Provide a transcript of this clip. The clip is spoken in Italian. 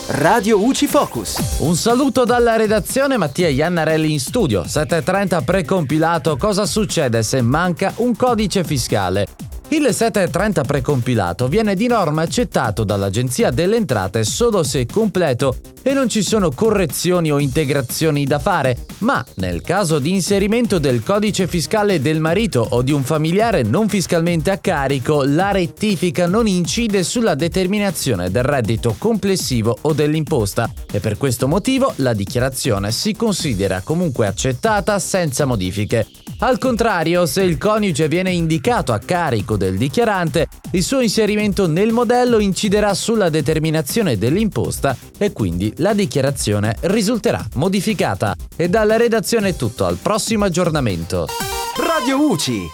Radio UCI Focus. Un saluto dalla redazione, Mattia Iannarelli in studio. 7.30 precompilato. Cosa succede se manca un codice fiscale? Il 7.30 precompilato viene di norma accettato dall'Agenzia delle Entrate solo se completo e non ci sono correzioni o integrazioni da fare, ma nel caso di inserimento del codice fiscale del marito o di un familiare non fiscalmente a carico, la rettifica non incide sulla determinazione del reddito complessivo o dell'imposta e per questo motivo la dichiarazione si considera comunque accettata senza modifiche. Al contrario, se il coniuge viene indicato a carico del dichiarante, il suo inserimento nel modello inciderà sulla determinazione dell'imposta e quindi la dichiarazione risulterà modificata. E dalla redazione è tutto, al prossimo aggiornamento. Radio UCI.